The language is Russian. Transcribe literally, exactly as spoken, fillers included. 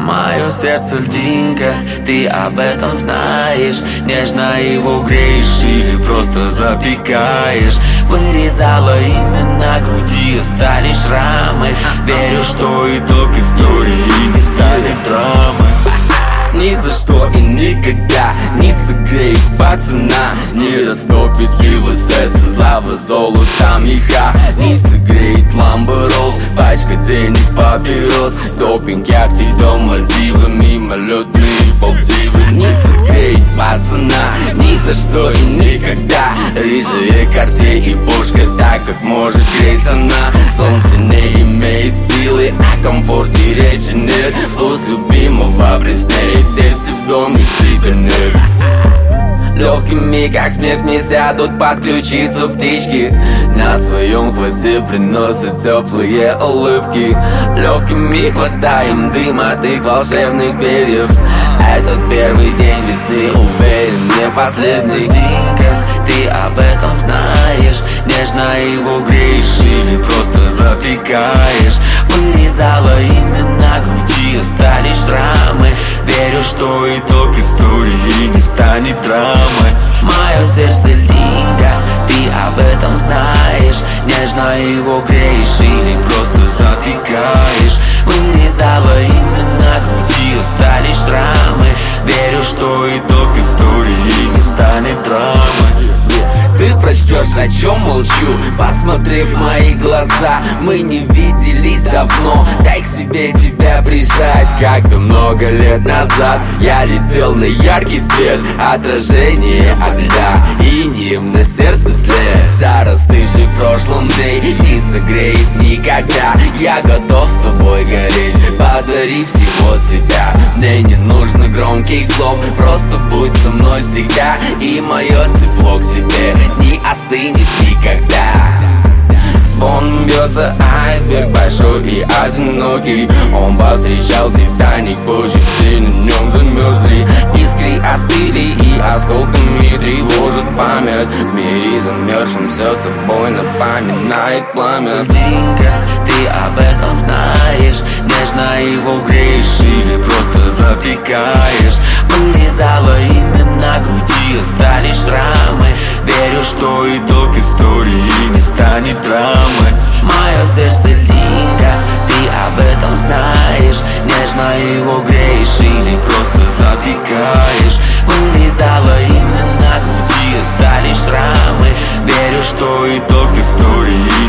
Мое сердце льдинка, ты об этом знаешь. Нежно его греешь или просто запекаешь. Вырезала имя на груди, остались шрамы. Верю, что итог истории не станет драмой. Ни за что и никогда не согреет пацана, не растопит его сердце слава золота меха. Не согреет ламбо роз, пачка денег папирос. Допинг яхты до Мальдивы, мимолетные полдивы. Не согреет пацана, ни за что и никогда. Рыжие карте и пушка, так как может греть она. Солнце не имеет силы, о комфорте речи нет. Вкус любимого преснеет, если в доме тебя нет. Легкими, как смех, мне сядут под ключицу птички. На своем хвосте приносят теплые улыбки. Легкими хватаем дым от их волшебных перьев. Этот первый день весны, уверен, не последний. Динка, ты об этом знаешь. Нежно его греешь или просто запекаешь. Вырезала имя на груди, остались шрамы. Верю, что итог истории не станет драмой. Мое сердце льдинка, ты об этом знаешь. Нежно его греешь или просто запекаешь. Вырезала имя на груди, остались шрамы. Верю, что итог истории не станет драмой. Ты прочтешь, о чем молчу, посмотрев в мои глаза. Мы не виделись давно, дай к себе тебя прижать. Как-то много лет назад я летел на яркий свет. Отражение от льда, инеем на сердце след. Жар, остывший в прошлом дне, не согреет никогда. Я готов с тобой гореть, подарив всего себя. Мне не нужно громких слов, просто будь со мной всегда. И мое тепло к тебе не остынет никогда. Звон бьется айсберг большой и одинокий. Он повстречал Титаник, позже все на нем замерзли. Искры остыли и осколками тревожит память. В мире замерзшем все собой напоминает пламя. Динка, ты об этом знаешь. Нежно его греешь или просто запекаешь. Вырезала имя на груди, остались шрамы. Верю, что итог истории не станет драмой. Мое сердце льдинка, ты об этом знаешь. Нежно его греешь или просто запекаешь. Вырезала имя на груди, остались шрамы. Верю, что итог истории